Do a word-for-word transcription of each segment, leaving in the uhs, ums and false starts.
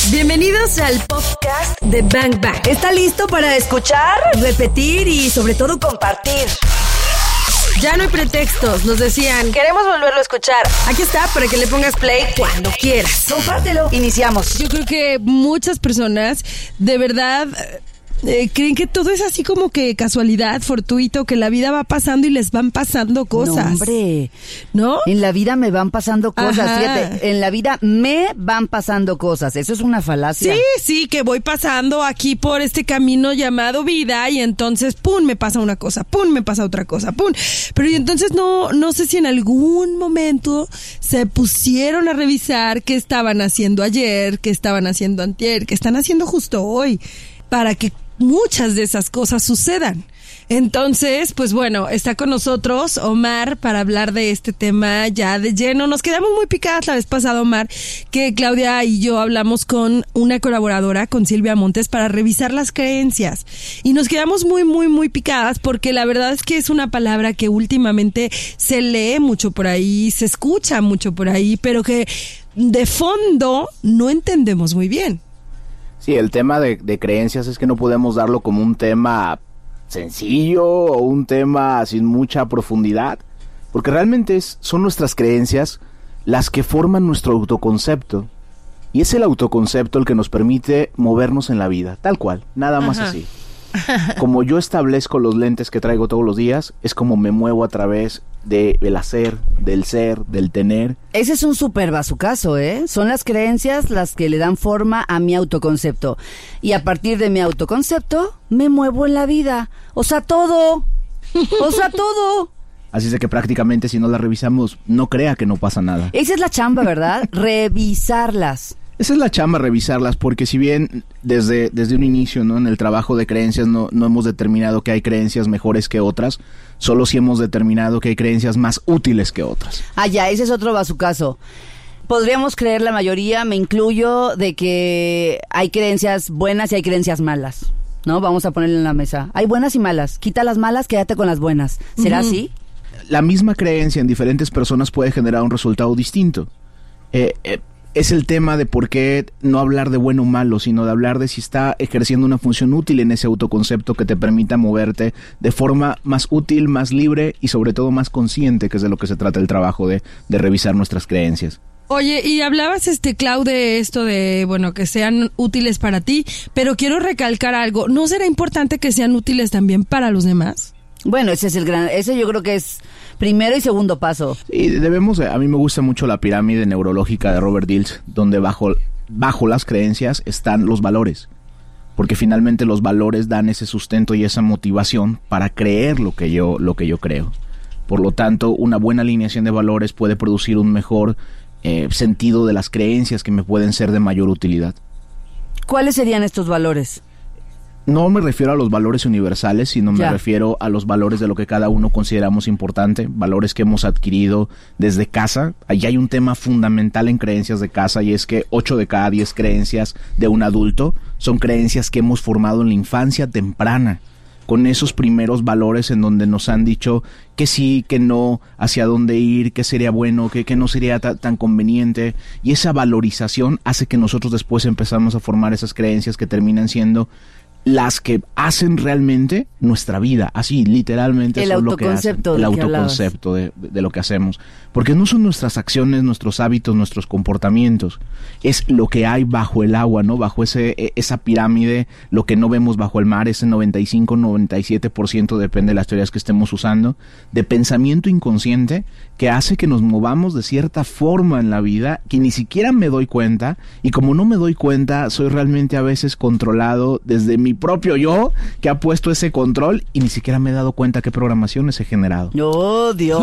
Bienvenidos al podcast de Bang Bang. ¿Está listo para escuchar, repetir y sobre todo compartir? Ya no hay pretextos, nos decían, queremos volverlo a escuchar. Aquí está para que le pongas play cuando quieras. Compártelo. Iniciamos. Yo creo que muchas personas de verdad eh, creen que todo es así como que casualidad, fortuito, que la vida va pasando y les van pasando cosas. No, hombre, ¿no? En la vida me van pasando cosas, Ajá. fíjate, en la vida me van pasando cosas, eso es una falacia. Sí, sí, que voy pasando aquí por este camino llamado vida y entonces, pum, me pasa una cosa, pum, me pasa otra cosa, pum. Pero y entonces no, no sé si en algún momento se pusieron a revisar qué estaban haciendo ayer, qué estaban haciendo antier, qué están haciendo justo hoy, para que muchas de esas cosas sucedan. Entonces, pues bueno, está con nosotros Omar para hablar de este tema ya de lleno. Nos quedamos muy picadas la vez pasada, Omar, que Claudia y yo hablamos con una colaboradora, con Silvia Montes, para revisar las creencias. Y nos quedamos muy, muy, muy picadas porque la verdad es que es una palabra que últimamente se lee mucho por ahí, se escucha mucho por ahí, pero que de fondo no entendemos muy bien. Sí, el tema de, de creencias es que no podemos darlo como un tema sencillo o un tema sin mucha profundidad, porque realmente es, son nuestras creencias las que forman nuestro autoconcepto, y es el autoconcepto el que nos permite movernos en la vida, tal cual, nada más Ajá. así. Como yo establezco los lentes que traigo todos los días, es como me muevo a través de, del hacer, del ser, del tener. Ese es un súper bazucazo, ¿eh? Son las creencias las que le dan forma a mi autoconcepto. Y a partir de mi autoconcepto, me muevo en la vida. O sea, todo. O sea, todo. Así es de que prácticamente si no las revisamos, no crea que no pasa nada. Esa es la chamba, ¿verdad? Revisarlas. Esa es la chamba, revisarlas, porque si bien desde, desde un inicio, ¿no?, en el trabajo de creencias no, no hemos determinado que hay creencias mejores que otras, solo si hemos determinado que hay creencias más útiles que otras. Ah, ya, ese es otro bazucazo. Podríamos creer la mayoría, me incluyo, de que hay creencias buenas y hay creencias malas, ¿no? Vamos a ponerle en la mesa. Hay buenas y malas. Quita las malas, quédate con las buenas. ¿Será Uh-huh. así? La misma creencia en diferentes personas puede generar un resultado distinto. Eh, eh, Es el tema de por qué no hablar de bueno o malo, sino de hablar de si está ejerciendo una función útil en ese autoconcepto que te permita moverte de forma más útil, más libre y sobre todo más consciente, que es de lo que se trata el trabajo de, de revisar nuestras creencias. Oye, y hablabas, este, Clau, de esto de, bueno, que sean útiles para ti, pero quiero recalcar algo. ¿No será importante que sean útiles también para los demás? Bueno, ese es el gran, ese yo creo que es primero y segundo paso. Y debemos, a mí me gusta mucho la pirámide neurológica de Robert Dills, donde bajo, bajo las creencias están los valores, porque finalmente los valores dan ese sustento y esa motivación para creer lo que yo, lo que yo creo. Por lo tanto, una buena alineación de valores puede producir un mejor eh, sentido de las creencias que me pueden ser de mayor utilidad. ¿Cuáles serían estos valores? No me refiero a los valores universales, sino me Ya. refiero a los valores de lo que cada uno consideramos importante, valores que hemos adquirido desde casa. Allí hay un tema fundamental en creencias de casa, y es que ocho de cada diez creencias de un adulto son creencias que hemos formado en la infancia temprana, con esos primeros valores en donde nos han dicho que sí, que no, hacia dónde ir, que sería bueno, que, que no sería ta, tan conveniente, y esa valorización hace que nosotros después empezamos a formar esas creencias que terminan siendo las que hacen realmente nuestra vida, así literalmente. El son lo que hacen, autoconcepto el del que autoconcepto de, de, de lo que hacemos, porque no son nuestras acciones, nuestros hábitos, nuestros comportamientos, es lo que hay bajo el agua, ¿no? Bajo ese esa pirámide, lo que no vemos bajo el mar, ese noventa y cinco, noventa y siete por ciento, depende de las teorías que estemos usando, de pensamiento inconsciente que hace que nos movamos de cierta forma en la vida que ni siquiera me doy cuenta, y como no me doy cuenta, soy realmente a veces controlado desde mi propio yo, que ha puesto ese control y ni siquiera me he dado cuenta qué programaciones he generado. ¡Oh, Dios!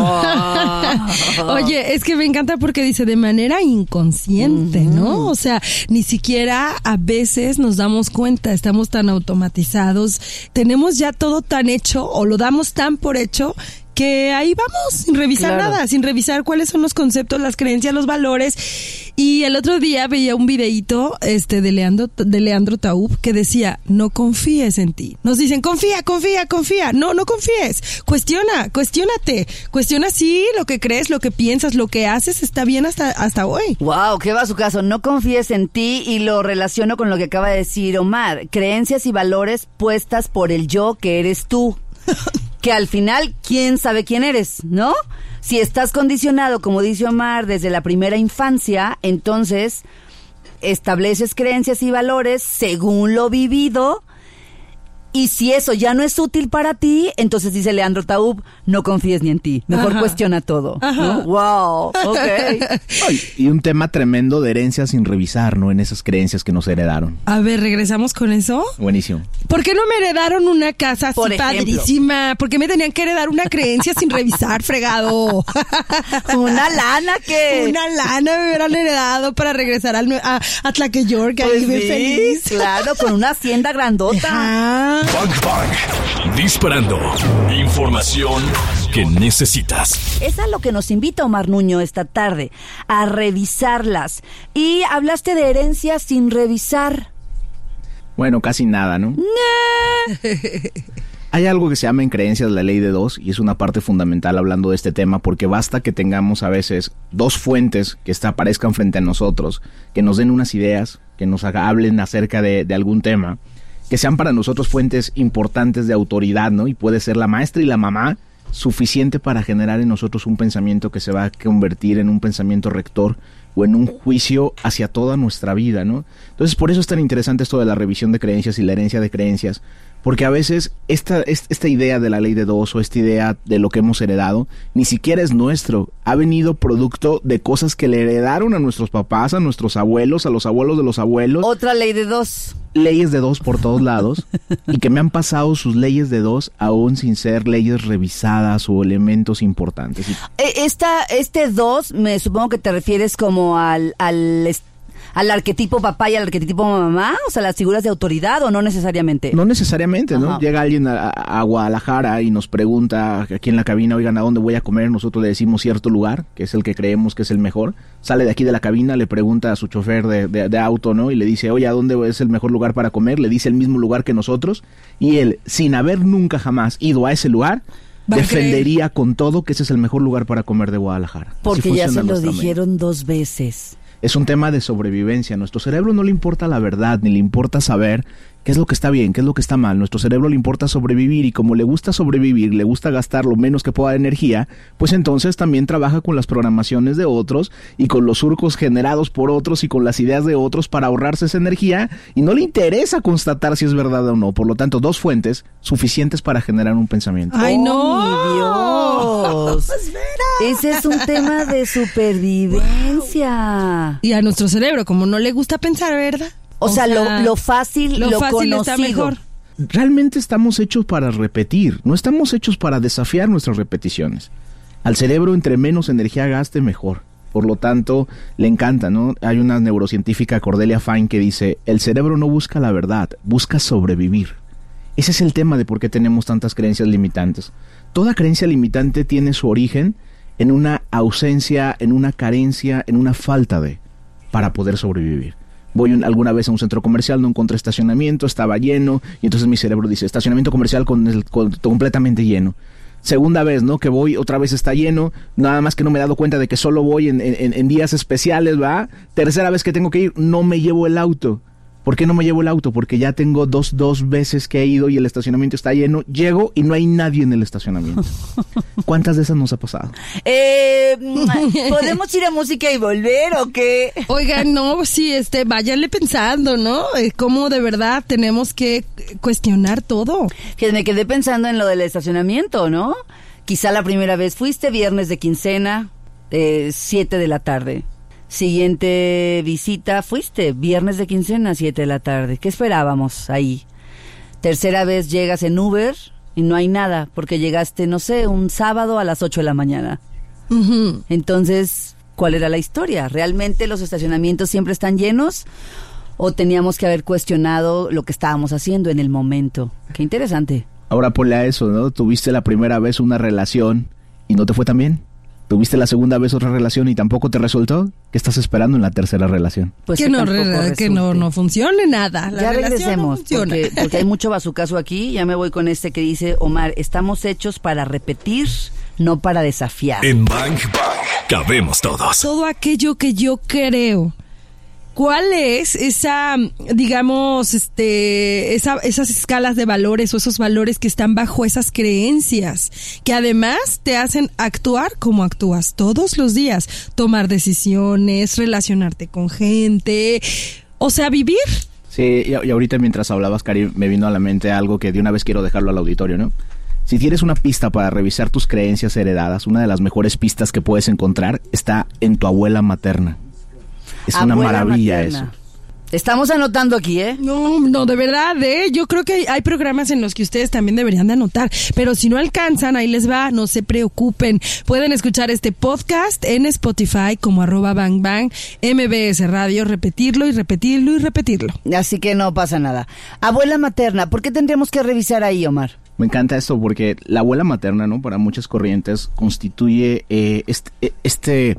Oye, es que me encanta porque dice de manera inconsciente, uh-huh. ¿no? O sea, ni siquiera a veces nos damos cuenta, estamos tan automatizados, tenemos ya todo tan hecho o lo damos tan por hecho que ahí vamos, sin revisar Claro. nada, sin revisar cuáles son los conceptos, las creencias, los valores. Y el otro día veía un videíto este, de, Leandro, de Leandro Taub que decía, no confíes en ti. Nos dicen, confía, confía, confía. No, no confíes. Cuestiona, cuestiónate. Cuestiona si lo que crees, lo que piensas, lo que haces está bien hasta, hasta hoy. Wow, qué va su caso. No confíes en ti y lo relaciono con lo que acaba de decir Omar. Creencias y valores puestas por el yo que eres tú. Que al final, ¿quién sabe quién eres, no? Si estás condicionado, como dice Omar, desde la primera infancia, entonces estableces creencias y valores según lo vivido. Y si eso ya no es útil para ti, entonces dice Leandro Taub, no confíes ni en ti. Mejor Ajá. cuestiona todo. Ajá. ¿No? Wow, ok. Ay, y un tema tremendo de herencia sin revisar, ¿no? En esas creencias que nos heredaron. A ver, ¿regresamos con eso? Buenísimo. ¿Por qué no me heredaron una casa así Por ejemplo. padrísima? ¿Por qué me tenían que heredar una creencia sin revisar, fregado? Una lana que... Una lana me hubieran heredado para regresar al, nue- a, a Tlaqueyork, ahí Pues bien sí, feliz. claro, con una hacienda grandota. Ajá. Bang Bang. Disparando. Información que necesitas. Es a lo que nos invita Omar Nuño esta tarde, a revisarlas. Y hablaste de herencias sin revisar. Bueno, casi nada, ¿no? Hay algo que se llama en creencias la ley de dos y es una parte fundamental hablando de este tema porque basta que tengamos a veces dos fuentes que está, aparezcan frente a nosotros, que nos den unas ideas, que nos haga, hablen acerca de, de algún tema, que sean para nosotros fuentes importantes de autoridad, ¿no? Y puede ser la maestra y la mamá suficiente para generar en nosotros un pensamiento que se va a convertir en un pensamiento rector o en un juicio hacia toda nuestra vida, ¿no? Entonces, por eso es tan interesante esto de la revisión de creencias y la herencia de creencias, porque a veces esta, esta idea de la ley de dos o esta idea de lo que hemos heredado, ni siquiera es nuestro, ha venido producto de cosas que le heredaron a nuestros papás, a nuestros abuelos, a los abuelos de los abuelos, Otra ley de dos. leyes de dos por todos lados, y que me han pasado sus leyes de dos aún sin ser leyes revisadas o elementos importantes. Y Eh, Esta, este dos, me supongo que te refieres como al, al, est- al arquetipo papá y al arquetipo mamá, o sea, las figuras de autoridad, o no necesariamente. No necesariamente, ¿no? Ajá. Llega alguien a, a Guadalajara y nos pregunta aquí en la cabina, oigan, ¿a dónde voy a comer? Nosotros le decimos cierto lugar, que es el que creemos que es el mejor. Sale de aquí de la cabina, le pregunta a su chofer de, de, de auto, ¿no? Y le dice, oye, ¿a dónde es el mejor lugar para comer? Le dice el mismo lugar que nosotros. Y él, sin haber nunca jamás ido a ese lugar, Va a defendería con todo que ese es el mejor lugar para comer de Guadalajara. Así Porque ya funciona se lo nuestra mente. dijeron dos veces. Es un tema de sobrevivencia. A nuestro cerebro no le importa la verdad, ni le importa saber qué es lo que está bien, qué es lo que está mal. Nuestro cerebro le importa sobrevivir y como le gusta sobrevivir, le gusta gastar lo menos que pueda de energía, pues entonces también trabaja con las programaciones de otros y con los surcos generados por otros y con las ideas de otros para ahorrarse esa energía y no le interesa constatar si es verdad o no. Por lo tanto, dos fuentes suficientes para generar un pensamiento. ¡Ay, ¡Oh, no! mi Dios! Ese es un tema de supervivencia. Y a nuestro cerebro, como no le gusta pensar, ¿verdad? O, sea, lo, lo fácil, lo, lo fácil conocido. está mejor. Realmente estamos hechos para repetir, no estamos hechos para desafiar nuestras repeticiones. Al cerebro, entre menos energía gaste, mejor. Por lo tanto, le encanta, ¿no? Hay una neurocientífica, Cordelia Fine, que dice, el cerebro no busca la verdad, busca sobrevivir. Ese es el tema de por qué tenemos tantas creencias limitantes. Toda creencia limitante tiene su origen en una ausencia, en una carencia, en una falta de, para poder sobrevivir. Voy un, alguna vez a un centro comercial, no encontré estacionamiento, estaba lleno, y entonces mi cerebro dice, estacionamiento comercial con el, con, completamente lleno. Segunda vez, ¿no? Que voy, otra vez está lleno, nada más que no me he dado cuenta de que solo voy en, en, en días especiales, ¿va? Tercera vez que tengo que ir, no me llevo el auto. ¿Por qué no me llevo el auto? Porque ya tengo dos, dos veces que he ido y el estacionamiento está lleno, llego y no hay nadie en el estacionamiento. ¿Cuántas de esas nos ha pasado? Eh, ¿Podemos ir a música y volver o qué? Oigan, no, sí, este, váyanle pensando, ¿no? Eh, Cómo de verdad tenemos que cuestionar todo. Que me quedé pensando en lo del estacionamiento, ¿no? Quizá la primera vez fuiste viernes de quincena, eh, siete de la tarde. Siguiente visita, fuiste viernes de quincena, siete de la tarde. ¿Qué esperábamos ahí? Tercera vez llegas en Uber y no hay nada, porque llegaste, no sé, un sábado a las ocho de la mañana. Ujú. Entonces, ¿cuál era la historia? ¿Realmente los estacionamientos siempre están llenos? ¿O teníamos que haber cuestionado lo que estábamos haciendo en el momento? Qué interesante. Ahora ponle a eso, ¿no? Tuviste la primera vez una relación y no te fue tan bien. Tuviste la segunda vez otra relación y tampoco te resultó. ¿Qué estás esperando en la tercera relación? Pues que, que, no, tampoco re- que no, no funcione nada. La ya relación regresemos, no funciona. porque, porque hay mucho bazucazo aquí. Ya me voy con este que dice Omar, estamos hechos para repetir, no para desafiar. En Bang Bang cabemos todos. Todo aquello que yo creo. ¿Cuál es esa, digamos, este, esa, esas escalas de valores o esos valores que están bajo esas creencias que además te hacen actuar como actúas todos los días, tomar decisiones, relacionarte con gente, o sea, vivir? Sí, y, y ahorita mientras hablabas, Cari, me vino a la mente algo que de una vez quiero dejarlo al auditorio, ¿no? Si tienes una pista para revisar tus creencias heredadas, una de las mejores pistas que puedes encontrar está en tu abuela materna. Es una Abuela maravilla materna. eso. Estamos anotando aquí, ¿eh? No, no, de verdad, ¿eh? Yo creo que hay, hay programas en los que ustedes también deberían de anotar, pero si no alcanzan, ahí les va, no se preocupen. Pueden escuchar este podcast en Spotify como arroba bang bang, M B S Radio, repetirlo y repetirlo y repetirlo. Así que no pasa nada. Abuela materna, ¿por qué tendríamos que revisar ahí, Omar? Me encanta esto porque la abuela materna, ¿no? Para muchas corrientes constituye eh, este, este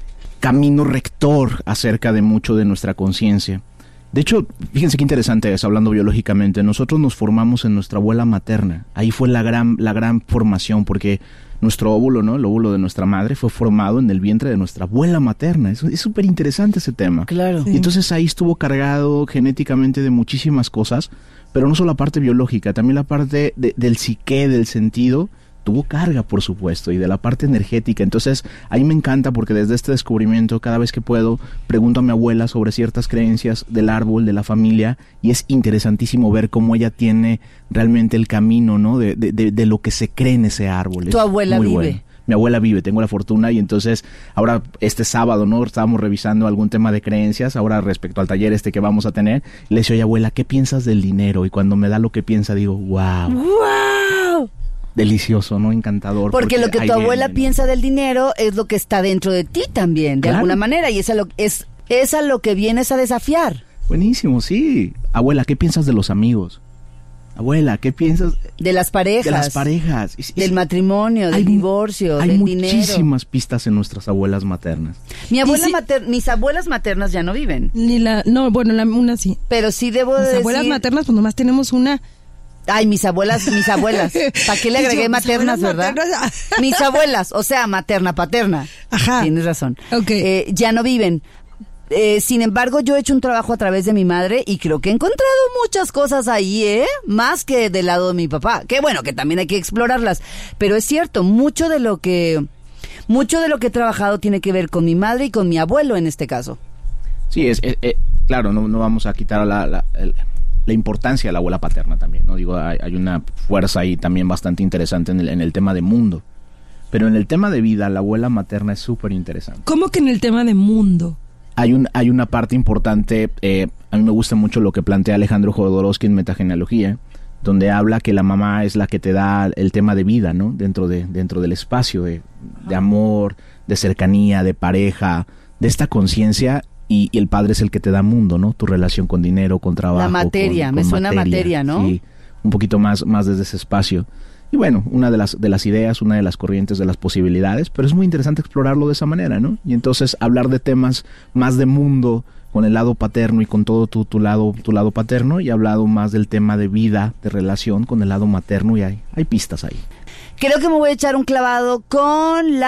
camino rector acerca de mucho de nuestra conciencia. De hecho, fíjense qué interesante es, hablando biológicamente, nosotros nos formamos en nuestra abuela materna. Ahí fue la gran, la gran formación, porque nuestro óvulo, ¿no? El óvulo de nuestra madre fue formado en el vientre de nuestra abuela materna. Es súper interesante ese tema. Claro. Sí. Entonces ahí estuvo cargado genéticamente de muchísimas cosas, pero no solo la parte biológica, también la parte de, del psique, del sentido, tuvo carga, por supuesto, y de la parte energética. Entonces, ahí me encanta porque desde este descubrimiento, cada vez que puedo, pregunto a mi abuela sobre ciertas creencias del árbol, de la familia, y es interesantísimo ver cómo ella tiene realmente el camino, ¿no? De, de, de, de lo que se cree en ese árbol. Tu es abuela muy vive. Bueno. Mi abuela vive, tengo la fortuna, y entonces ahora este sábado, ¿no? Estábamos revisando algún tema de creencias, ahora respecto al taller este que vamos a tener, le decía, oye, abuela, ¿qué piensas del dinero? Y cuando me da lo que piensa, digo, wow. ¡Wow! Delicioso, ¿no? Encantador. Porque, porque lo que tu abuela viene, ¿no? piensa del dinero es lo que está dentro de ti también, de Claro. alguna manera, y es a lo, es, es a lo que vienes a desafiar. Buenísimo, sí. Abuela, ¿qué piensas de los amigos? Abuela, ¿qué piensas De las parejas. de las parejas? Es- es- Del matrimonio, del hay- divorcio, Hay del dinero. muchísimas pistas en nuestras abuelas maternas. Mi abuela Y sí- mater- mis abuelas maternas ya no viven, Ni la, no, bueno, la, una sí. pero sí debo Las de abuelas decir... maternas, pues nomás tenemos una. Ay, mis abuelas, mis abuelas. ¿Para qué le agregué Yo, mis maternas, abuelas verdad? maternas. Mis abuelas, o sea, materna, paterna. Ajá. Tienes razón. Ok. Eh, ya no viven. Eh, sin embargo, yo he hecho un trabajo a través de mi madre y creo que he encontrado muchas cosas ahí, ¿eh? Más que del lado de mi papá. Que bueno, que también hay que explorarlas. Pero es cierto, mucho de lo que, mucho de lo que he trabajado tiene que ver con mi madre y con mi abuelo en este caso. Sí, es, es- es- claro, no, no vamos a quitar la, la, el- la importancia de la abuela paterna también, ¿no? Digo, hay, hay una fuerza ahí también bastante interesante en el, en el tema de mundo. Pero en el tema de vida, la abuela materna es súper interesante. ¿Cómo que en el tema de mundo? Hay, un, hay una parte importante, eh, a mí me gusta mucho lo que plantea Alejandro Jodorowsky en Metagenealogía, donde habla que la mamá es la que te da el tema de vida, ¿no? Dentro, de, dentro del espacio, de, de amor, de cercanía, de pareja, de esta conciencia, y, y el padre es el que te da mundo, ¿no? Tu relación con dinero, con trabajo. La materia, con- me con suena materia, ¿no? Sí, un poquito más, más desde ese espacio. Y bueno, una de las, de las ideas, una de las corrientes, de las posibilidades, pero es muy interesante explorarlo de esa manera, ¿no? Y entonces hablar de temas más de mundo, con el lado paterno y con todo tu, tu lado, tu lado paterno, y hablado más del tema de vida, de relación con el lado materno, y hay, hay pistas ahí. Creo que me voy a echar un clavado con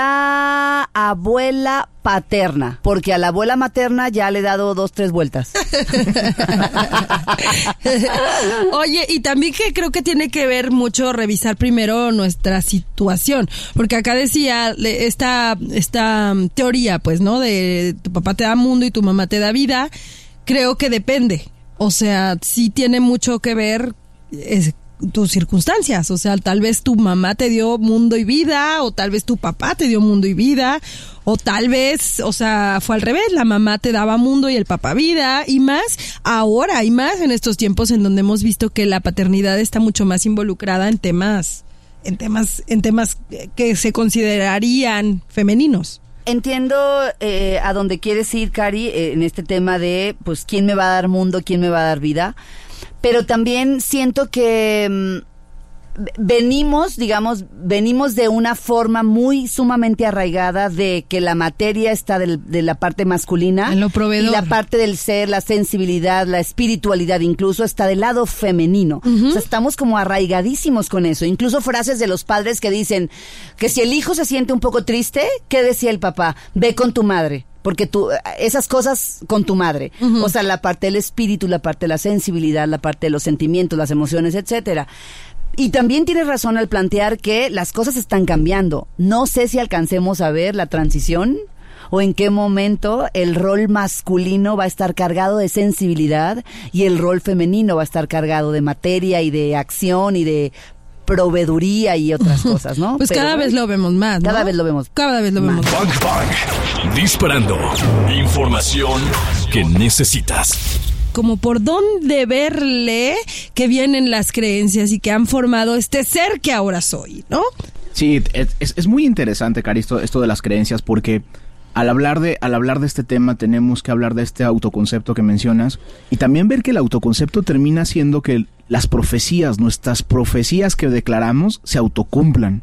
la abuela paterna, porque a la abuela materna ya le he dado dos, tres vueltas. Oye, y también que creo que tiene que ver mucho revisar primero nuestra situación, porque acá decía le- esta esta mm, teoría, pues, ¿no? De tu papá te da mundo y tu mamá te da vida. Creo que depende. O sea, sí tiene mucho que ver es, tus circunstancias. O sea, tal vez tu mamá te dio mundo y vida, o tal vez tu papá te dio mundo y vida, o tal vez, o sea, fue al revés, la mamá te daba mundo y el papá vida, y más ahora, y más en estos tiempos en donde hemos visto que la paternidad está mucho más involucrada en temas, en temas, en temas que se considerarían femeninos. Entiendo eh, a dónde quieres ir, Cari, eh, en este tema de, pues, quién me va a dar mundo, quién me va a dar vida, pero también siento que mm, venimos, digamos, venimos de una forma muy sumamente arraigada de que la materia está del, de la parte masculina. En lo proveedor. Y la parte del ser, la sensibilidad, la espiritualidad incluso está del lado femenino. Uh-huh. O sea, estamos como arraigadísimos con eso. Incluso frases de los padres que dicen que si el hijo se siente un poco triste, ¿qué decía el papá? Ve con tu madre. Porque tú, esas cosas con tu madre, uh-huh. o sea, la parte del espíritu, la parte de la sensibilidad, la parte de los sentimientos, las emociones, etcétera. Y también tienes razón al plantear que las cosas están cambiando. No sé si alcancemos a ver la transición o en qué momento el rol masculino va a estar cargado de sensibilidad y el rol femenino va a estar cargado de materia y de acción y de proveeduría y otras cosas, ¿no? Pues Pero, cada vez lo vemos más, ¿no? Cada vez lo vemos Cada vez lo vemos más. Bang Bang. Disparando. Información que necesitas. Como por dónde verle que vienen las creencias y que han formado este ser que ahora soy, ¿no? Sí, es, es muy interesante, Cari, esto, esto de las creencias, porque al hablar de, al hablar de este tema tenemos que hablar de este autoconcepto que mencionas y también ver que el autoconcepto termina siendo que las profecías, nuestras profecías que declaramos se autocumplan.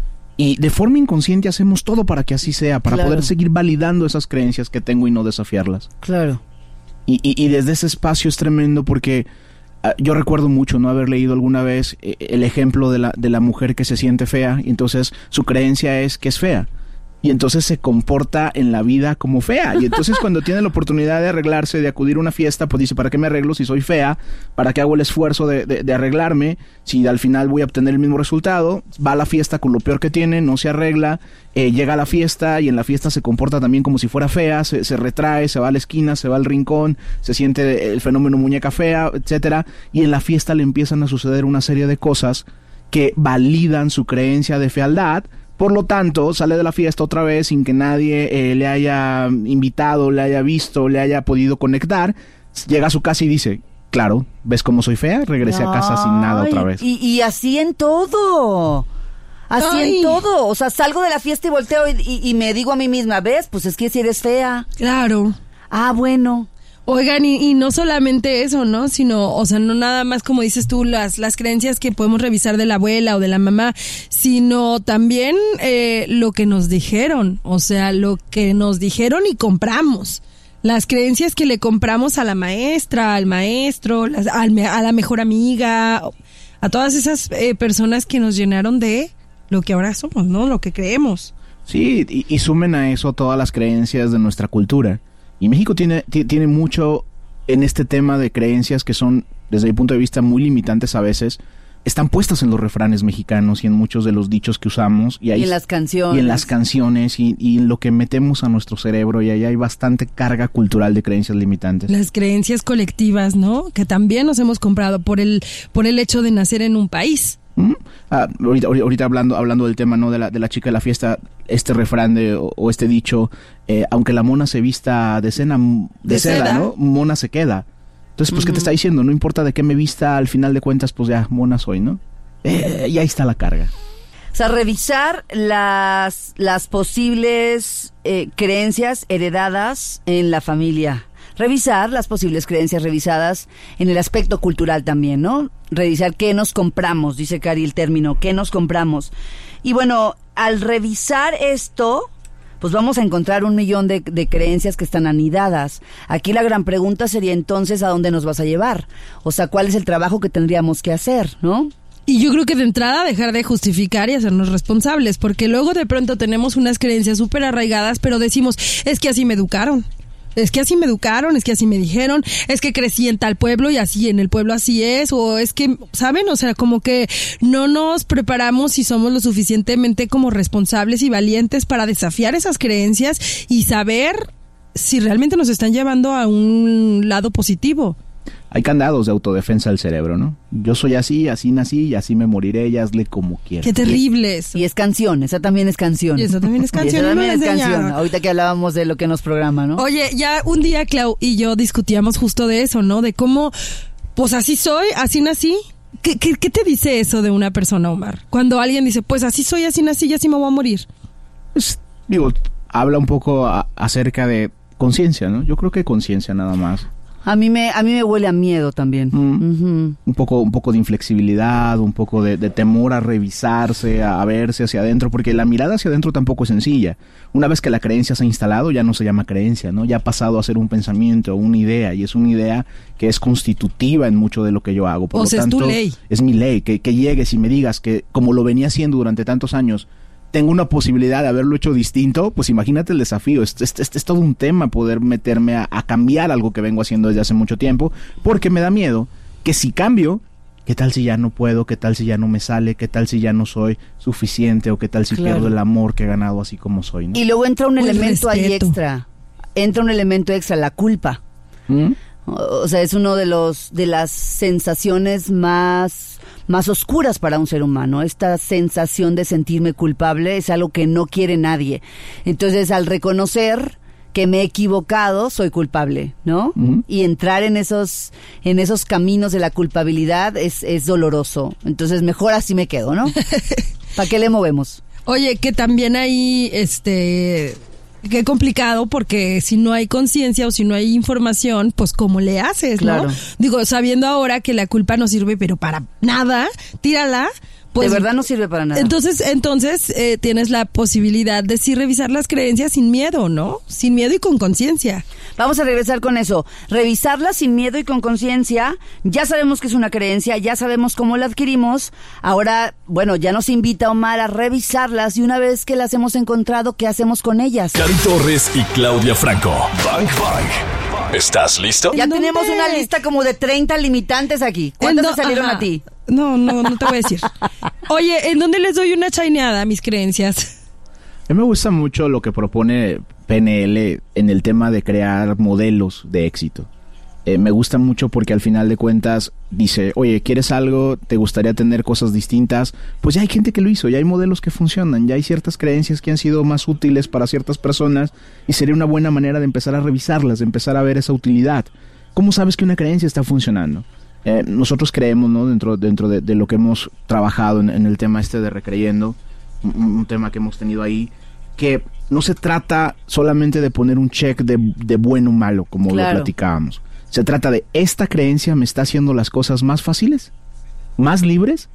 Y de forma inconsciente hacemos todo para que así sea, para Claro. poder seguir validando esas creencias que tengo y no desafiarlas. Claro. Y, y, y desde ese espacio es tremendo porque uh, yo recuerdo mucho no haber leído alguna vez eh, el ejemplo de la, de la mujer que se siente fea y entonces su creencia es que es fea. Y entonces se comporta en la vida como fea. Y entonces cuando tiene la oportunidad de arreglarse, de acudir a una fiesta, pues dice, ¿para qué me arreglo si soy fea? ¿Para qué hago el esfuerzo de, de, de arreglarme? Si al final voy a obtener el mismo resultado. Va a la fiesta con lo peor que tiene, no se arregla, eh, llega a la fiesta y en la fiesta se comporta también como si fuera fea, se, se retrae, se va a la esquina, se va al rincón, se siente el fenómeno muñeca fea, etcétera. Y en la fiesta le empiezan a suceder una serie de cosas que validan su creencia de fealdad. Por lo tanto, sale de la fiesta otra vez sin que nadie eh, le haya invitado, le haya visto, le haya podido conectar. Llega a su casa y dice, claro, ¿ves cómo soy fea? Regresé a casa sin nada otra vez. Y, y así en todo. Así Ay. en todo. O sea, salgo de la fiesta y volteo y, y, y me digo a mí misma, ¿ves? Pues es que si eres fea. Claro. Ah, bueno. Oigan, y, y no solamente eso, ¿no? Sino, o sea, no nada más como dices tú, las, las creencias que podemos revisar de la abuela o de la mamá, sino también eh, lo que nos dijeron, o sea, lo que nos dijeron y compramos. Las creencias que le compramos a la maestra, al maestro, las, al, a la mejor amiga, a todas esas eh, personas que nos llenaron de lo que ahora somos, ¿no? Lo que creemos. Sí, y, y sumen a eso todas las creencias de nuestra cultura. Y México tiene, t- tiene mucho en este tema de creencias que son, desde mi punto de vista, muy limitantes a veces. Están puestas en los refranes mexicanos y en muchos de los dichos que usamos. Y, ahí, Y en las canciones. Y en las canciones y, y en lo que metemos a nuestro cerebro. Y ahí hay bastante carga cultural de creencias limitantes. Las creencias colectivas, ¿no? Que también nos hemos comprado por el, por el hecho de nacer en un país. ¿Mm? Ah, ahorita, ahorita hablando hablando del tema, ¿no? de la de la chica de la fiesta, este refrán de, o, o este dicho, eh, aunque la mona se vista de cena de, De seda, seda. ¿no? Mona se queda. Entonces, pues, ¿qué te está diciendo? No importa de qué me vista, al final de cuentas, pues ya, mona soy, ¿no? Eh, y ahí está la carga. O sea, revisar las, las posibles eh, creencias heredadas en la familia. Revisar las posibles creencias revisadas en el aspecto cultural también, ¿no? Revisar qué nos compramos, dice Cari el término, qué nos compramos. Y bueno, al revisar esto, pues vamos a encontrar un millón de, de creencias que están anidadas. Aquí la gran pregunta sería entonces, ¿a dónde nos vas a llevar? O sea, ¿cuál es el trabajo que tendríamos que hacer, no? Y yo creo que de entrada dejar de justificar y hacernos responsables, porque luego de pronto tenemos unas creencias súper arraigadas, pero decimos, es que así me educaron. Es que así me educaron, es que así me dijeron, es que crecí en tal pueblo y así en el pueblo así es, o es que, ¿saben? O sea, como que no nos preparamos y somos lo suficientemente como responsables y valientes para desafiar esas creencias y saber si realmente nos están llevando a un lado positivo. Hay candados de autodefensa del cerebro, ¿no? Yo soy así, así nací y así me moriré y hazle como quieras. Qué terrible eso. Y es canción, esa también es canción. Y eso también es Y canción. esa no también la es enseñaron. canción. Ahorita que hablábamos de lo que nos programa, ¿no? Oye, ya un día Clau y yo discutíamos justo de eso, ¿no? De cómo, pues así soy, así nací. ¿Qué, qué, qué te dice eso de una persona, Omar? Cuando alguien dice, pues así soy, así nací y así me voy a morir. Pues, digo, habla un poco a- acerca de conciencia, ¿no? Yo creo que conciencia nada más. A mí me, a mí me huele a miedo también. Mm. Uh-huh. Un poco, un poco de inflexibilidad, un poco de, de temor a revisarse, a, a verse hacia adentro, porque la mirada hacia adentro tampoco es sencilla. Una vez que la creencia se ha instalado, ya no se llama creencia, ¿no? Ya ha pasado a ser un pensamiento, una idea, y es una idea que es constitutiva en mucho de lo que yo hago. Por o lo sea, tanto, es tu ley. Es mi ley, que, que llegues y me digas que, como lo venía haciendo durante tantos años, tengo una posibilidad de haberlo hecho distinto, pues imagínate el desafío. Es, es, es, es todo un tema poder meterme a, a cambiar algo que vengo haciendo desde hace mucho tiempo, porque me da miedo que si cambio, ¿qué tal si ya no puedo? ¿Qué tal si ya no me sale? ¿Qué tal si ya no soy suficiente? ¿O qué tal si Claro. pierdo el amor que he ganado así como soy, ¿no? Y luego entra un Pues elemento ahí respeto. extra. Entra un elemento extra, la culpa. ¿Mm? O sea, es uno de los de las sensaciones más más oscuras para un ser humano. Esta sensación de sentirme culpable es algo que no quiere nadie. Entonces, al reconocer que me he equivocado, soy culpable, ¿no? Ujú. Y entrar en esos en esos caminos de la culpabilidad es es doloroso. Entonces, mejor así me quedo, ¿no? ¿Para qué le movemos? Oye, que también hay, este, qué complicado, porque si no hay conciencia o si no hay información, pues ¿cómo le haces, Claro. no? Digo, sabiendo ahora que la culpa no sirve, pero para nada, tírala. Pues, de verdad no sirve para nada. Entonces, entonces eh, tienes la posibilidad de sí revisar las creencias sin miedo, ¿no? Sin miedo y con conciencia. Vamos a regresar con eso. Revisarla sin miedo y con conciencia. Ya sabemos que es una creencia, ya sabemos cómo la adquirimos. Ahora, bueno, ya nos invita Omar a revisarlas y una vez que las hemos encontrado, ¿qué hacemos con ellas? Cari Torres y Claudia Franco. Bang Bang. ¿Estás listo? Ya ¿En dónde? tenemos una lista como de treinta limitantes aquí. ¿Cuántas ¿En te dó- salieron Ajá. a ti? No, no, no te voy a decir. Oye, ¿en dónde les doy una chaineada a mis creencias? A mí me gusta mucho lo que propone P N L en el tema de crear modelos de éxito. Eh, me gusta mucho porque al final de cuentas dice, oye, ¿quieres algo? ¿Te gustaría tener cosas distintas? Pues ya hay gente que lo hizo, ya hay modelos que funcionan, ya hay ciertas creencias que han sido más útiles para ciertas personas y sería una buena manera de empezar a revisarlas, de empezar a ver esa utilidad. ¿Cómo sabes que una creencia está funcionando? Eh, nosotros creemos, ¿no? Dentro, dentro de, de lo que hemos trabajado en, en el tema este de Recreyendo, un, un tema que hemos tenido ahí, que no se trata solamente de poner un check de, de bueno o malo, como Claro. lo platicábamos. Se trata de, ¿esta creencia me está haciendo las cosas más fáciles, más libres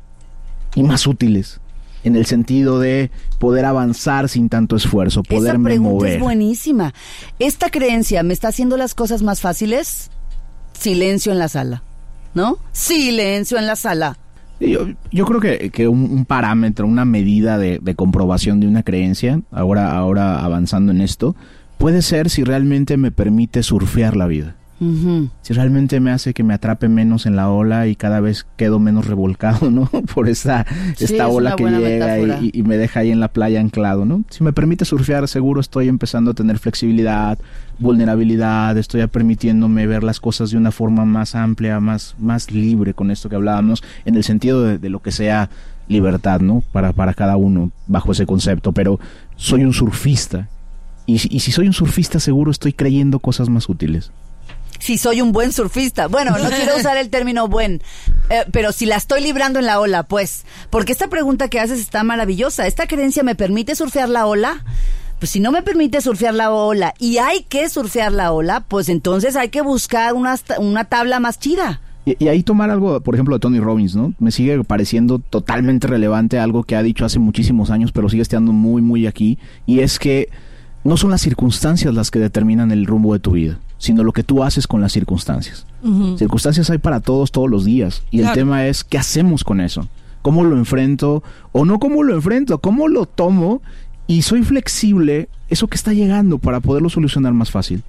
y más útiles? En el sentido de poder avanzar sin tanto esfuerzo, Esa poderme pregunta mover. es buenísima. ¿Esta creencia me está haciendo las cosas más fáciles? Silencio en la sala, ¿no? Silencio en la sala. Yo, yo creo que, que un, un parámetro, una medida de, de comprobación de una creencia, ahora, ahora avanzando en esto, puede ser si realmente me permite surfear la vida. Uh-huh. Si realmente me hace que me atrape menos en la ola y cada vez quedo menos revolcado, ¿no? Por esta, Sí, esta es ola una que buena llega metáfora. y, y me deja ahí en la playa anclado, ¿no? Si me permite surfear, seguro estoy empezando a tener flexibilidad, vulnerabilidad, estoy permitiéndome ver las cosas de una forma más amplia, más, más libre, con esto que hablábamos, en el sentido de, de lo que sea libertad, ¿no? Para, para cada uno, bajo ese concepto. Pero soy un surfista. Y, si- y si soy un surfista, seguro estoy creyendo cosas más útiles. Si soy un buen surfista. Bueno, no quiero usar el término buen, eh, pero si la estoy librando en la ola, pues. Porque esta pregunta que haces está maravillosa. ¿Esta creencia me permite surfear la ola? Pues si no me permite surfear la ola y hay que surfear la ola, pues entonces hay que buscar una, una tabla más chida. Y, y ahí tomar algo, por ejemplo, de Tony Robbins, ¿no? Me sigue pareciendo totalmente relevante algo que ha dicho hace muchísimos años, pero sigue estando muy, muy aquí. Y es que no son las circunstancias las que determinan el rumbo de tu vida, sino lo que tú haces con las circunstancias. Uh-huh. Circunstancias hay para todos, todos los días. Y Claro. el tema es, ¿qué hacemos con eso? ¿Cómo lo enfrento? O no cómo lo enfrento, ¿cómo lo tomo? Y soy flexible, eso que está llegando, para poderlo solucionar más fácil.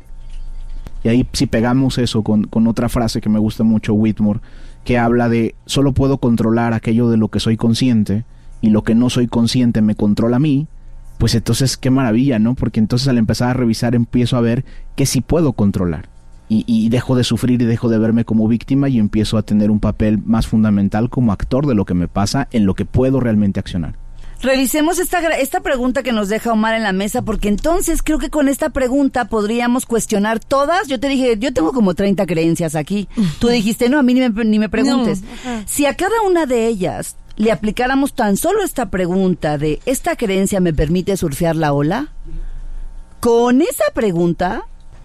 Y ahí si pegamos eso con, con otra frase que me gusta mucho, Whitmore, que habla de, solo puedo controlar aquello de lo que soy consciente, y lo que no soy consciente me controla a mí, pues entonces qué maravilla, ¿no? Porque entonces al empezar a revisar empiezo a ver que sí puedo controlar. Y, y dejo de sufrir y dejo de verme como víctima y empiezo a tener un papel más fundamental como actor de lo que me pasa, en lo que puedo realmente accionar. Revisemos esta, gra- esta pregunta que nos deja Omar en la mesa, porque entonces creo que con esta pregunta podríamos cuestionar todas. Yo te dije, yo tengo como treinta creencias aquí. Tú dijiste, no, a mí ni me, ni me preguntes. No, ajá. Si a cada una de ellas le aplicáramos tan solo esta pregunta de, ¿esta creencia me permite surfear la ola? Con esa pregunta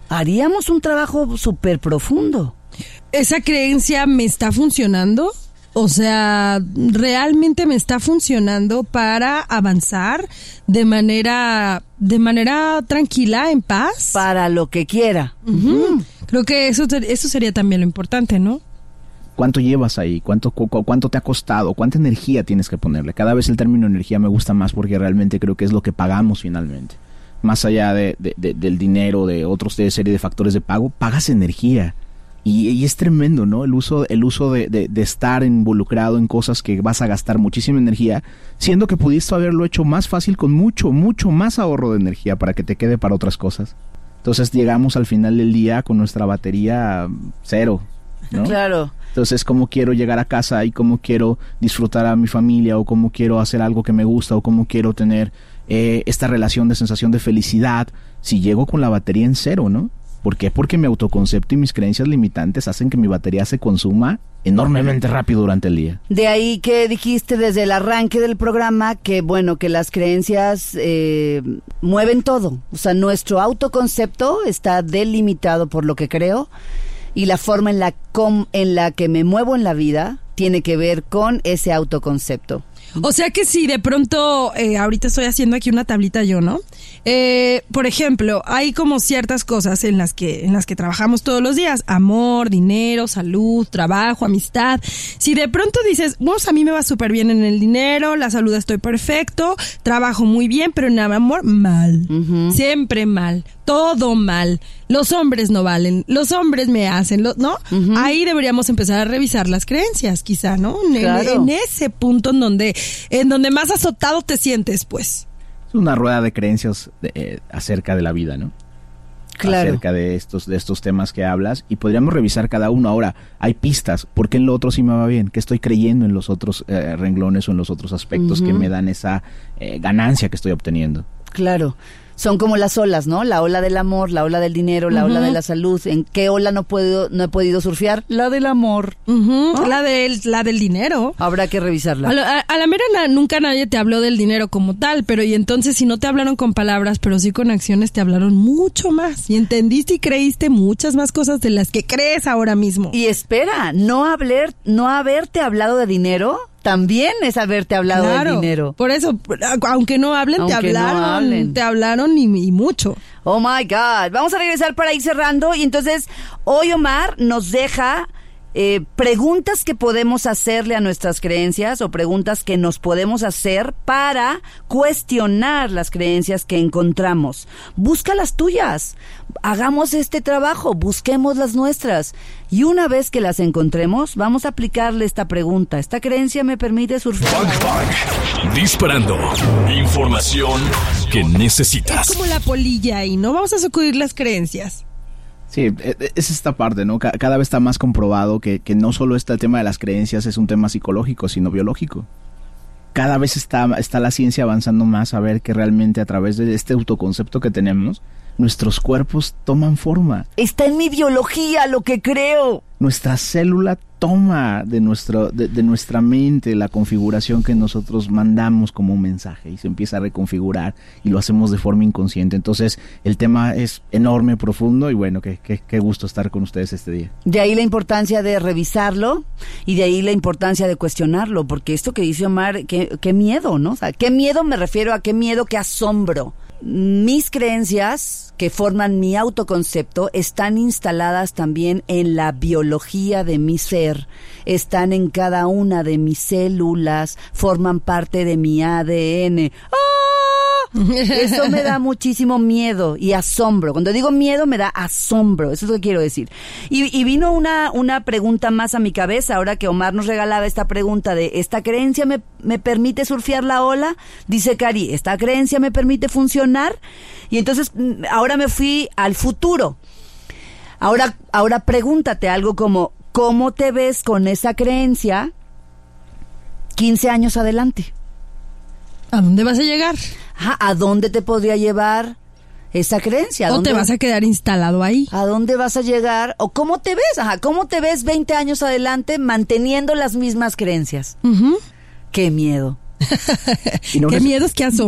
haríamos un trabajo súper profundo. ¿Esa creencia me está funcionando? O sea, ¿realmente me está funcionando para avanzar de manera, de manera tranquila, en paz? Para lo que quiera. Uh-huh. Creo que eso, eso sería también lo importante, ¿no? ¿Cuánto llevas ahí? ¿Cuánto, cu- cuánto te ha costado? ¿Cuánta energía tienes que ponerle? Cada vez el término energía me gusta más porque realmente creo que es lo que pagamos finalmente. Más allá de, de, de, del dinero, de otros de serie de factores de pago, pagas energía. Y, y es tremendo, ¿no? El uso, el uso de, de, de estar involucrado en cosas que vas a gastar muchísima energía, siendo que pudiste haberlo hecho más fácil con mucho, mucho más ahorro de energía para que te quede para otras cosas. Entonces llegamos al final del día con nuestra batería cero, ¿no? Claro. Entonces, ¿cómo quiero llegar a casa y cómo quiero disfrutar a mi familia o cómo quiero hacer algo que me gusta o cómo quiero tener eh, esta relación de sensación de felicidad si llego con la batería en cero, ¿no? ¿Por qué? Porque mi autoconcepto y mis creencias limitantes hacen que mi batería se consuma enormemente rápido durante el día. De ahí que dijiste desde el arranque del programa que, bueno, que las creencias eh, mueven todo. O sea, nuestro autoconcepto está delimitado por lo que creo y la forma en la, com, en la que me muevo en la vida tiene que ver con ese autoconcepto. O sea que si de pronto, eh, ahorita estoy haciendo aquí una tablita yo, ¿no? Eh, por ejemplo, hay como ciertas cosas en las que en las que trabajamos todos los días. Amor, dinero, salud, trabajo, amistad. Si de pronto dices, bueno, a mí me va súper bien en el dinero, la salud estoy perfecto, trabajo muy bien, pero en el amor, mal. Uh-huh. Siempre mal. Todo mal. Los hombres no valen. Los hombres me hacen, lo, ¿no? Uh-huh. Ahí deberíamos empezar a revisar las creencias, quizá, ¿no? Claro. En, en ese punto en donde, en donde más azotado te sientes, pues. Es una rueda de creencias de, eh, acerca de la vida, ¿no? Claro. Acerca de estos, de estos temas que hablas y podríamos revisar cada uno. Ahora, hay pistas. ¿Por qué en lo otro sí me va bien? ¿Qué estoy creyendo en los otros eh, renglones o en los otros aspectos uh-huh. que me dan esa eh, ganancia que estoy obteniendo? Claro. Son como las olas, ¿no? La ola del amor, la ola del dinero, la uh-huh. ola de la salud. ¿En qué ola no puedo, no he podido surfear? La del amor. Uh-huh. ¿Oh? La del, la del dinero. Habrá que revisarla. A, lo, a, a la mera na, nunca nadie te habló del dinero como tal, pero y entonces si no te hablaron con palabras, pero sí con acciones, te hablaron mucho más. Y entendiste y creíste muchas más cosas de las que crees ahora mismo. Y espera, no hablar, no haberte hablado de dinero también es haberte hablado claro, del dinero. Por eso, aunque no hablen, aunque te hablaron, no hablen. te hablaron y, y mucho. Oh my God. Vamos a regresar para ir cerrando. Y entonces, hoy Omar nos deja eh, preguntas que podemos hacerle a nuestras creencias o preguntas que nos podemos hacer para cuestionar las creencias que encontramos. Busca las tuyas. Hagamos este trabajo, busquemos las nuestras. Y una vez que las encontremos, vamos a aplicarle esta pregunta. ¿Esta creencia me permite surfear? Bang, bang. Disparando. Información que necesitas. Es como la polilla ahí, ¿no? Vamos a sacudir las creencias. Sí, es esta parte, ¿no? Cada vez está más comprobado que, que no solo está el tema de las creencias es un tema psicológico, sino biológico. Cada vez está, está la ciencia avanzando más a ver que realmente a través de este autoconcepto que tenemos, nuestros cuerpos toman forma. Está en mi biología lo que creo. Nuestra célula toma de, nuestro, de, de nuestra mente la configuración que nosotros mandamos como un mensaje y se empieza a reconfigurar y lo hacemos de forma inconsciente. Entonces el tema es enorme, profundo y bueno, qué, qué, qué gusto estar con ustedes este día. De ahí la importancia de revisarlo y de ahí la importancia de cuestionarlo, porque esto que dice Omar, qué, qué miedo, ¿no? O sea, qué miedo me refiero a qué miedo, qué asombro. Mis creencias que forman mi autoconcepto están instaladas también en la biología de mi ser, están en cada una de mis células, forman parte de mi A D N. ¡Ah! Eso me da muchísimo miedo y asombro. Cuando digo miedo me da asombro, eso es lo que quiero decir. Y, y vino una, una pregunta más a mi cabeza ahora que Omar nos regalaba esta pregunta de ¿esta creencia me, me permite surfear la ola? Dice Cari, ¿esta creencia me permite funcionar? Y entonces ahora me fui al futuro. Ahora, ahora pregúntate algo como ¿cómo te ves con esa creencia quince años adelante? ¿A dónde vas a llegar? Ajá, ¿a dónde te podría llevar esa creencia? ¿O te vas a quedar instalado ahí? ¿A dónde vas a llegar? ¿O cómo te ves? Ajá, ¿cómo te ves veinte años adelante manteniendo las mismas creencias? Uh-huh. ¡Qué miedo! no ¡Qué neces- miedo es que asombro!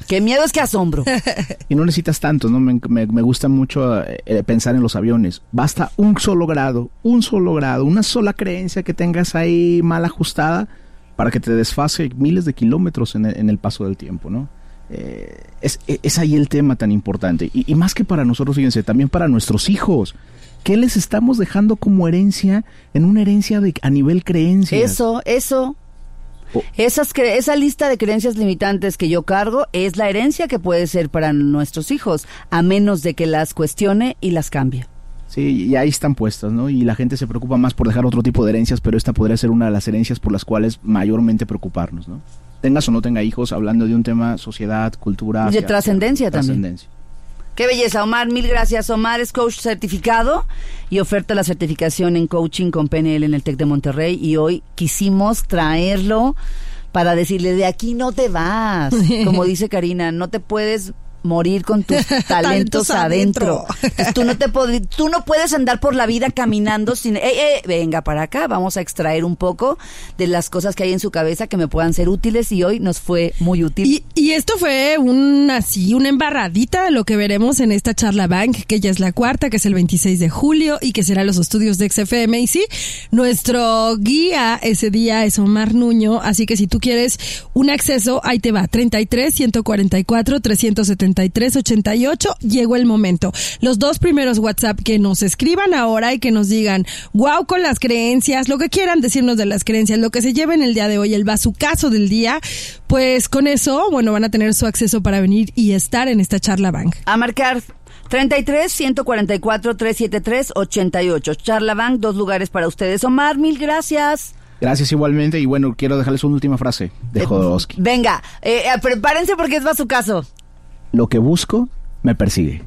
Qué miedo es que asombro. Y no necesitas tanto, ¿no? Me, me, me gusta mucho eh, pensar en los aviones. Basta un solo grado, un solo grado, una sola creencia que tengas ahí mal ajustada para que te desfase miles de kilómetros en el, en el paso del tiempo, ¿no? Eh, es, es ahí el tema tan importante. Y, y más que para nosotros, fíjense, también para nuestros hijos. ¿Qué les estamos dejando como herencia en una herencia de, a nivel creencias? Eso, eso. Oh. Esas cre- esa lista de creencias limitantes que yo cargo es la herencia que puede ser para nuestros hijos, a menos de que las cuestione y las cambie. Sí, y ahí están puestas, ¿no? Y la gente se preocupa más por dejar otro tipo de herencias, pero esta podría ser una de las herencias por las cuales mayormente preocuparnos, ¿no? Tengas o no tenga hijos, hablando de un tema sociedad, cultura... Y de trascendencia también. Trascendencia. Qué belleza, Omar, mil gracias. Omar es coach certificado y oferta la certificación en coaching con P N L en el TEC de Monterrey, y hoy quisimos traerlo para decirle, de aquí no te vas. Como dice Karina, no te puedes morir con tus talentos, talentos adentro. adentro. Tú no te pod- tú no puedes andar por la vida caminando sin, eh, eh, venga para acá, vamos a extraer un poco de las cosas que hay en su cabeza que me puedan ser útiles, y hoy nos fue muy útil. Y, y esto fue un así, una embarradita de lo que veremos en esta charla Bank, que ya es la cuarta, que es el veintiséis de julio y que será los estudios de X F M. Y sí, nuestro guía ese día es Omar Nuño, así que si tú quieres un acceso, ahí te va, treinta y tres, ciento cuarenta y cuatro, trescientos setenta y tres, ochenta y ocho, llegó el momento. Los dos primeros WhatsApp que nos escriban ahora y que nos digan, wow, con las creencias, lo que quieran decirnos de las creencias, lo que se lleven el día de hoy, el bazucazo del día, pues con eso, bueno, van a tener su acceso para venir y estar en esta charla Bank. A marcar treinta y tres, ciento cuarenta y cuatro, trescientos setenta y tres, ochenta y ocho. Charla Bank, dos lugares para ustedes. Omar, mil gracias. Gracias igualmente, y bueno, quiero dejarles una última frase de Jodorowsky. Eh, venga, eh, prepárense porque es bazucazo. Lo que busco me persigue.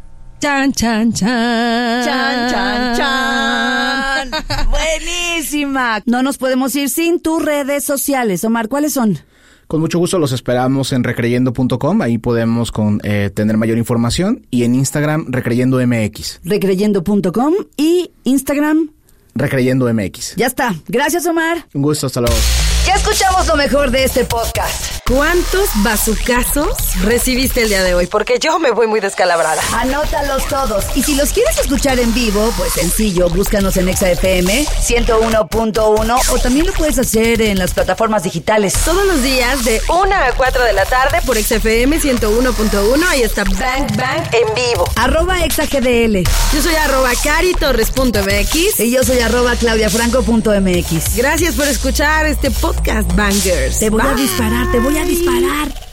Chan, chan, chan. Chan, chan, chan. Buenísima. No nos podemos ir sin tus redes sociales. Omar, ¿cuáles son? Con mucho gusto los esperamos en recreyendo punto com, ahí podemos con, eh, tener mayor información, y en Instagram recreyendo M X. recreyendo punto com y Instagram recreyendo M X. Ya está. Gracias, Omar. Un gusto, hasta luego. Ya escuchamos lo mejor de este podcast. ¿Cuántos bazucazos recibiste el día de hoy? Porque yo me voy muy descalabrada. Anótalos todos. Y si los quieres escuchar en vivo, pues sencillo, búscanos en X F M ciento uno punto uno, o también lo puedes hacer en las plataformas digitales. Todos los días de una a cuatro de la tarde por X F M ciento uno punto uno. Ahí está Bang Bang en vivo. Arroba exagdl. Yo soy arroba caritorres punto m x. Y yo soy arroba claudiafranco punto m x. Gracias por escuchar este podcast, Bangers. Te voy Bye. a disparar, te voy a disparar.